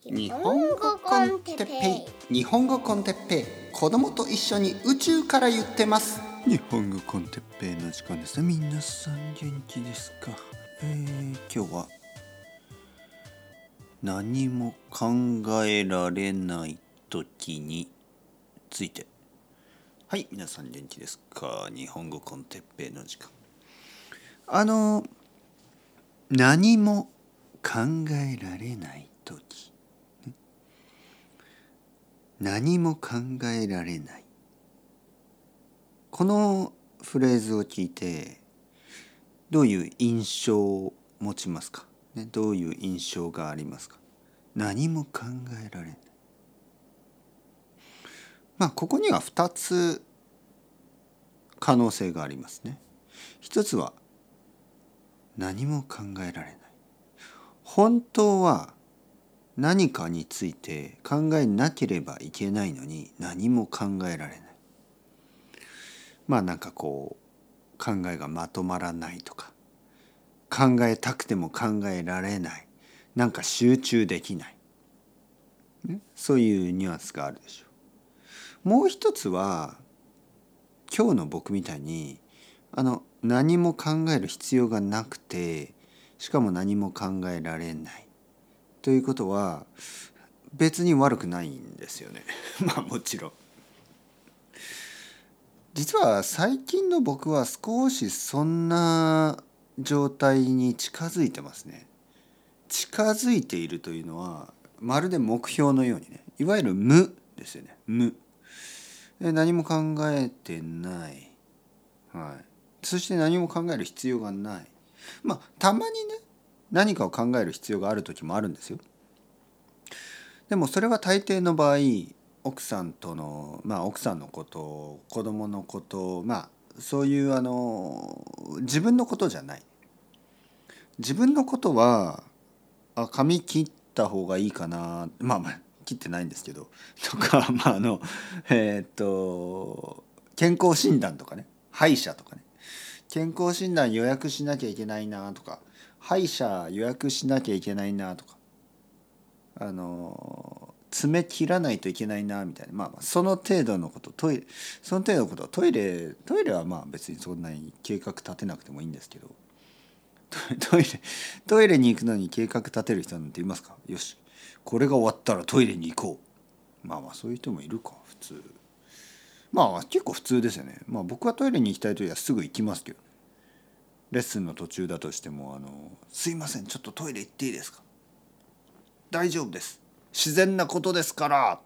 日本語コンテッペイ、日本語コンテッペイ、子供と一緒に宇宙から言ってます。 日本語コンテッペイの時間ですね。皆さん元気ですか？今日は何も考えられない時について。はい、皆さん元気ですか？日本語コンテッペイの時間。何も考えられない時、何も考えられない、このフレーズを聞いてどういう印象を持ちますか、ね、どういう印象がありますか？何も考えられない。ここには2つ可能性がありますね。一つは何も考えられない。本当は何かについて考えなければいけないのに何も考えられない。考えがまとまらないとか、考えたくても考えられない、集中できない、ね、そういうニュアンスがあるでしょう。もう一つは今日の僕みたいに何も考える必要がなくて、しかも何も考えられないということは別に悪くないんですよね。もちろん実は最近の僕は少しそんな状態に近づいてますね。近づいているというのはまるで目標のようにね、いわゆる無ですよね。無。何も考えてない、そして何も考える必要がない。たまにね、何かを考える必要がある時もあるんですよ。でもそれは大抵の場合、奥さんとの奥さんのこと、子供のこと、そういう自分のことじゃない。自分のことは髪切った方がいいかな、切ってないんですけどとか、健康診断とかね、歯医者とかね、健康診断予約しなきゃいけないなとか、歯医者予約しなきゃいけないなとか、爪切らないといけないなみたいな、その程度のこと、その程度のことはトイレは別にそんなに計画立てなくてもいいんですけど、トイレに行くのに計画立てる人なんていますか？よし、これが終わったらトイレに行こう。そういう人もいるか、普通。結構普通ですよね。僕はトイレに行きたいときはすぐ行きますけど、レッスンの途中だとしてもすいません、ちょっとトイレ行っていいですか？大丈夫です、自然なことですから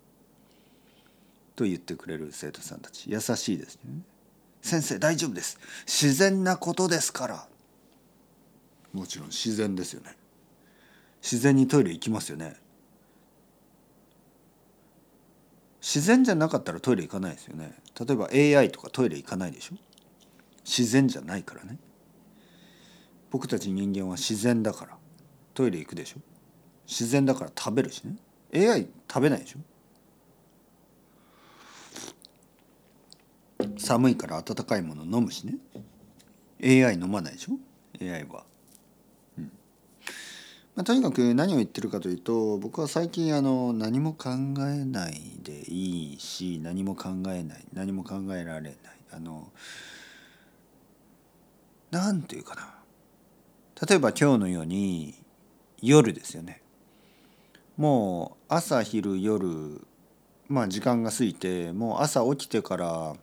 と言ってくれる生徒さんたち優しいですね。先生大丈夫です、自然なことですから。もちろん自然ですよね。自然にトイレ行きますよね。自然じゃなかったらトイレ行かないですよね。例えば AI とかトイレ行かないでしょ。自然じゃないからね。僕たち人間は自然だからトイレ行くでしょ。自然だから食べるしね。 AI 食べないでしょ。寒いから温かいもの飲むしね。 AI 飲まないでしょ。 AI は、とにかく何を言ってるかというと、僕は最近何も考えないでいいし、何も考えない、何も考えられない、なんていうかな、例えば今日のように夜ですよね。もう朝昼夜、時間が過ぎて、もう朝起きてから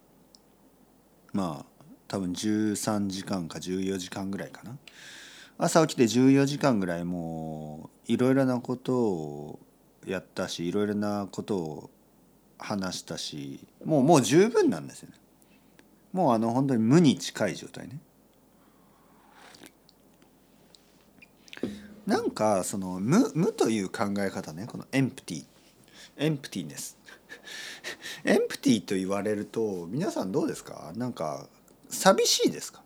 多分13時間か14時間ぐらいかな。朝起きて14時間ぐらいもういろいろなことをやったし、いろいろなことを話したし、もう十分なんですよね。もう本当に無に近い状態ね。その無という考え方ね、このエンプティネスエンプティと言われると皆さんどうですか？寂しいですか？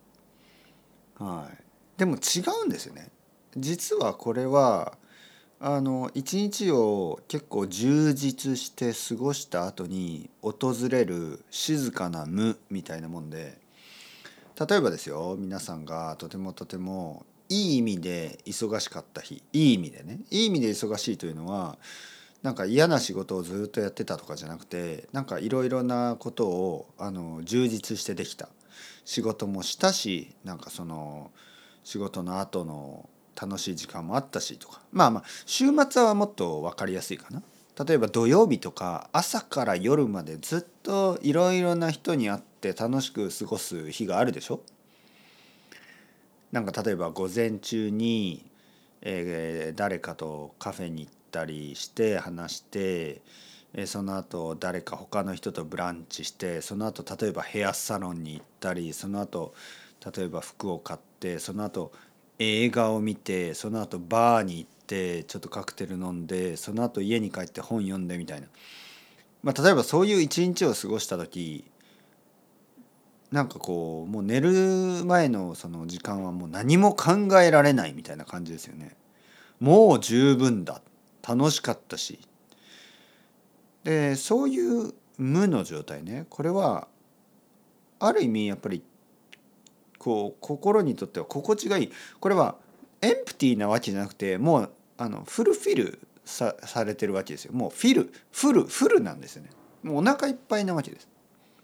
でも違うんですよね。実はこれは一日を結構充実して過ごした後に訪れる静かな無みたいなもんで、例えばですよ、皆さんがとてもとてもいいい意味で忙しかった日、いい意味でね、いい意味で忙しいというのはなんか嫌な仕事をずっとやってたとかじゃなくて、なんかいろいろなことを充実してできた仕事もしたし、なんかその仕事の後の楽しい時間もあったしとか、まあまあ週末はもっと分かりやすいかな。例えば土曜日とか朝から夜までずっといろいろな人に会って楽しく過ごす日があるでしょ。なんか例えば午前中に、誰かとカフェに行ったりして話して、その後誰か他の人とブランチして、その後例えばヘアサロンに行ったり、その後例えば服を買って、その後映画を見て、その後バーに行ってちょっとカクテル飲んで、その後家に帰って本読んでみたいな、まあ、例えばそういう一日を過ごした時、なんかこうもう寝る前のその時間はもう何も考えられないみたいな感じですよね。もう十分だ、楽しかったし。でそういう無の状態ね、これはある意味やっぱりこう心にとっては心地がいい。これはエンプティーなわけじゃなくて、もうフルフィルされてるわけですよ。もうフルなんですよね。もうお腹いっぱいなわけです。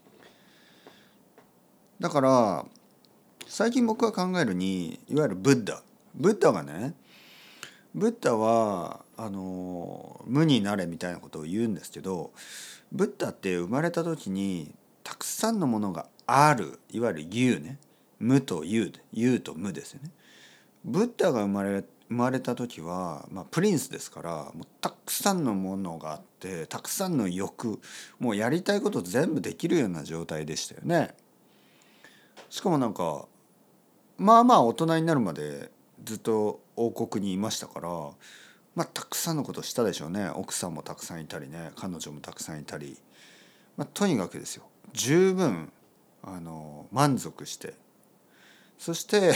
だから最近僕が考えるに、いわゆるブッダがね、ブッダは無になれみたいなことを言うんですけど、ブッダって生まれた時にたくさんのものがある、いわゆる有ね、無と有と無ですよね。ブッダが生まれた時は、まあ、プリンスですから、もうたくさんのものがあってたくさんの欲、もうやりたいこと全部できるような状態でしたよね。しかもなんかまあまあ大人になるまでずっと王国にいましたから、まあたくさんのことしたでしょうね。奥さんもたくさんいたりね、彼女もたくさんいたり、まあ、とにかくですよ、十分満足して、そして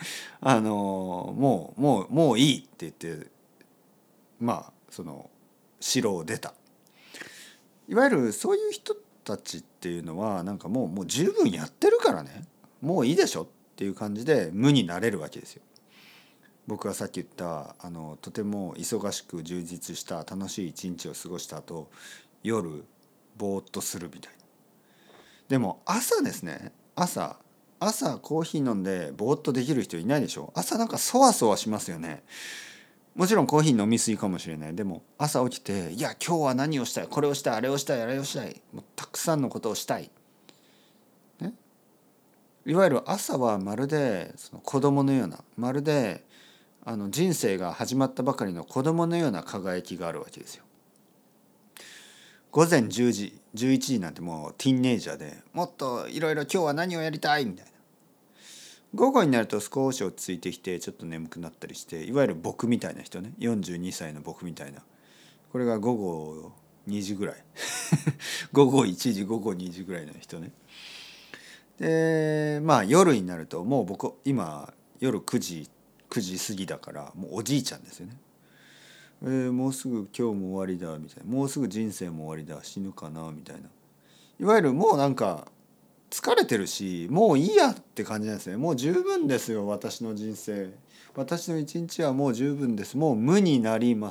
もういいって言って、まあその城を出た。いわゆるそういう人たちっていうのはなんかもう十分やってるからね、もういいでしょっていう感じで無になれるわけですよ。僕がさっき言ったとても忙しく充実した楽しい一日を過ごした後、夜ぼーっとするみたいな。でも朝ですね、朝コーヒー飲んでぼーっとできる人いないでしょ。朝なんかそわそわしますよね。もちろんコーヒー飲み過ぎかもしれない。でも朝起きて、いや今日は何をしたい、これをしたい、あれをしたい、あれをしたい、もうたくさんのことをしたい、ね、いわゆる朝はまるでその子供のような、まるで人生が始まったばかりの子供のような輝きがあるわけですよ。午前10時11時なんてもうティーンネイジャーで、もっといろいろ今日は何をやりたいみたいな。午後になると少し落ち着いてきてちょっと眠くなったりして、いわゆる僕みたいな人ね、42歳の僕みたいな、これが午後2時ぐらい午後1時午後2時ぐらいの人ね。でまあ夜になるともう僕今夜9時過ぎだから、もうおじいちゃんですよね。もうすぐ今日も終わりだみたいな、もうすぐ人生も終わりだ、死ぬかなみたいな、いわゆるもうなんか疲れてるし、もういいやって感じなんですね。もう十分ですよ、私の人生、私の一日はもう十分です、もう無になります。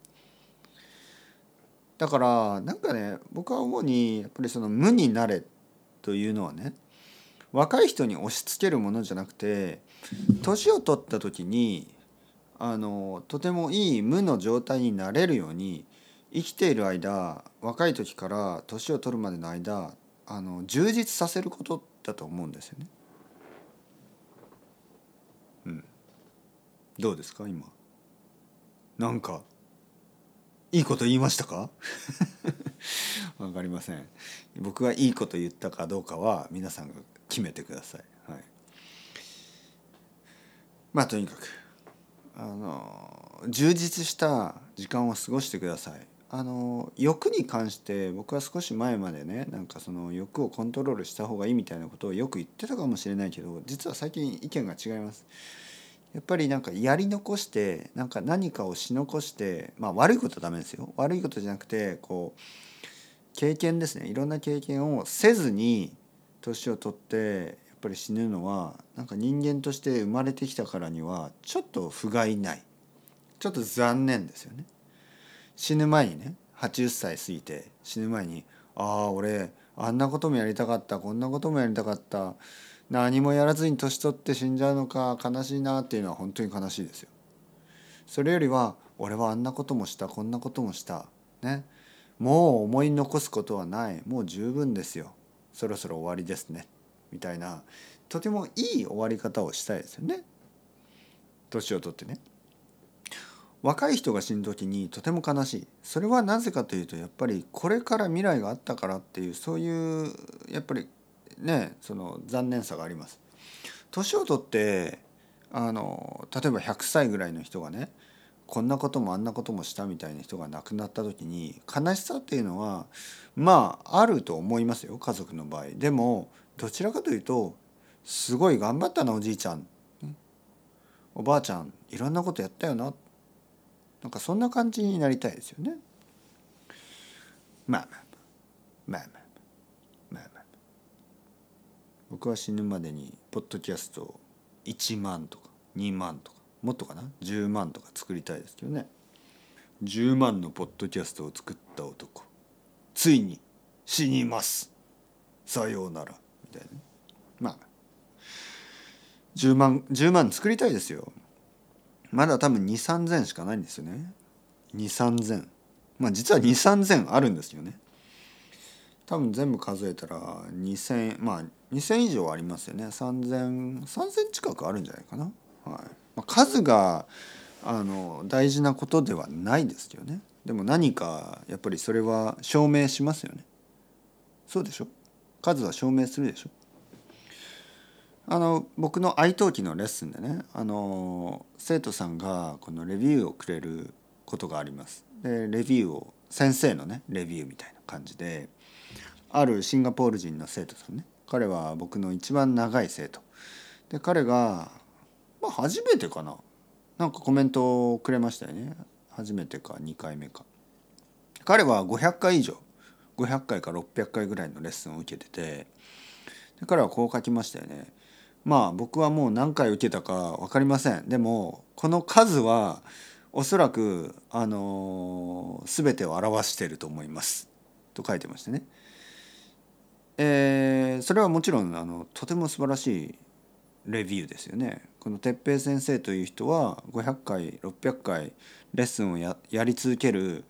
だからなんかね、僕は主にやっぱりその無になれというのはね、若い人に押し付けるものじゃなくて、年を取った時にとてもいい無の状態になれるように、生きている間、若い時から年を取るまでの間充実させることだと思うんですよね。うん、どうですか今、なんかいいこと言いましたか？わかりません。僕がいいこと言ったかどうかは皆さんが決めてください。はい、まあとにかく充実した時間を過ごしてください。欲に関して僕は少し前までね、なんかその欲をコントロールした方がいいみたいなことをよく言ってたかもしれないけど、実は最近意見が違います。やっぱりなんかやり残して、なんか何かをし残して、まあ悪いことはダメですよ、悪いことじゃなくて、こう経験ですね、いろんな経験をせずに年を取ってやっぱり死ぬのはなんか人間として生まれてきたからにはちょっと不甲斐ない、ちょっと残念ですよね。死ぬ前にね、80歳過ぎて死ぬ前に俺あんなこともやりたかった、こんなこともやりたかった、何もやらずに年取って死んじゃうのか悲しいなっていうのは本当に悲しいですよ。それよりは俺はあんなこともしたこんなこともしたね、もう思い残すことはない、もう十分ですよ、そろそろ終わりですねみたいな、とてもいい終わり方をしたいですよね。年を取ってね、若い人が死ぬ時にとても悲しい。それはなぜかというと、やっぱりこれから未来があったからっていう、そういうやっぱりね、その残念さがあります。年を取って例えば100歳ぐらいの人がね、こんなこともあんなこともしたみたいな人が亡くなった時に悲しさっていうのはまああると思いますよ、家族の場合。でもどちらかというと、すごい頑張ったなおじいちゃん、おばあちゃん、いろんなことやったよな、なんかそんな感じになりたいですよね。まあまあまあまあまあまあ、僕は死ぬまでにポッドキャスト1万とか2万とか、もっとかな、10万とか作りたいですけどね。10万のポッドキャストを作った男、ついに死にます、さようならみたいなね。まあ10万作りたいですよ。まだ多分2、3000しかないんですよね。2、3000、まあ実は2、3000あるんですよね。多分全部数えたら2000、まあ2000以上ありますよね。3000近くあるんじゃないかな。はい。まあ、数が大事なことではないですよね。でも何かやっぱりそれは証明しますよね。そうでしょ。数は証明するでしょ。僕の愛登記のレッスンでね、生徒さんがこのレビューをくれることがあります。でレビューを先生のねレビューみたいな感じで、あるシンガポール人の生徒さんね、彼は僕の一番長い生徒で、彼が、まあ、初めてかな、なんかコメントをくれましたよね。初めてか2回目か。彼は500回以上、500回か600回ぐらいのレッスンを受けてて、で彼はこう書きましたよね。まあ僕はもう何回受けたか分かりません。でもこの数はおそらく全てを表していると思いますと書いてましたね。それはもちろんとても素晴らしいレビューですよね。この哲平先生という人は500回600回レッスンをやり続ける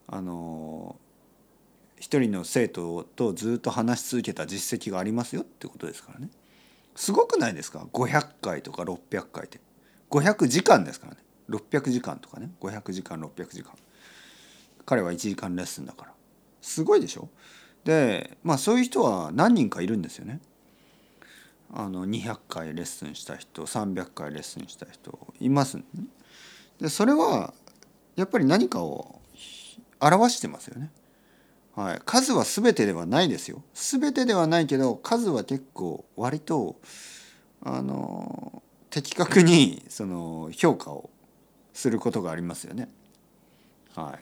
一人の生徒とずっと話し続けた実績がありますよってことですからね。すごくないですか。500回とか600回って500時間ですからね。600時間とかね、500時間600時間、彼は1時間レッスンだからすごいでしょ。でまあそういう人は何人かいるんですよね。200回レッスンした人、300回レッスンした人いますね。でそれはやっぱり何かを表してますよね。はい、数は全てではないですよ。全てではないけど数は結構割と的確にその評価をすることがありますよね。はい、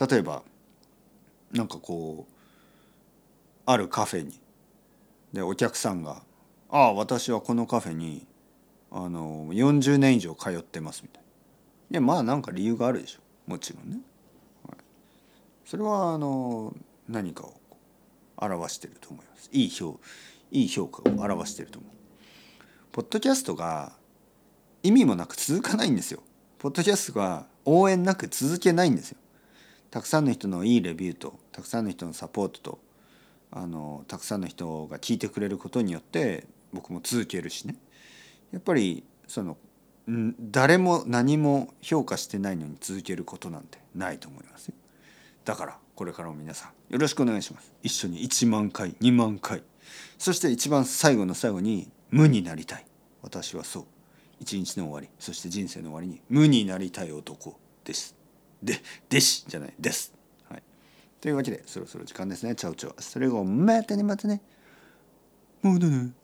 例えばなんかこうあるカフェにでお客さんが私はこのカフェに40年以上通ってますみたいな。いやまあなんか理由があるでしょ、もちろんね。はい、それは何かを表していると思います。いい評価を表していると思う。ポッドキャストが意味もなく続かないんですよ。ポッドキャストが応援なく続けないんですよ。たくさんの人のいいレビューとたくさんの人のサポートとたくさんの人が聞いてくれることによって僕も続けるしね。やっぱり誰も何も評価してないのに続けることなんてないと思いますよ。だからこれからも皆さんよろしくお願いします。一緒に1万回2万回、そして一番最後の最後に無になりたい。私はそう、一日の終わり、そして人生の終わりに無になりたい男です。でしじゃないです。はい。というわけでそろそろ時間ですね。チャウチャウ。それをまたねまたね。もうだね。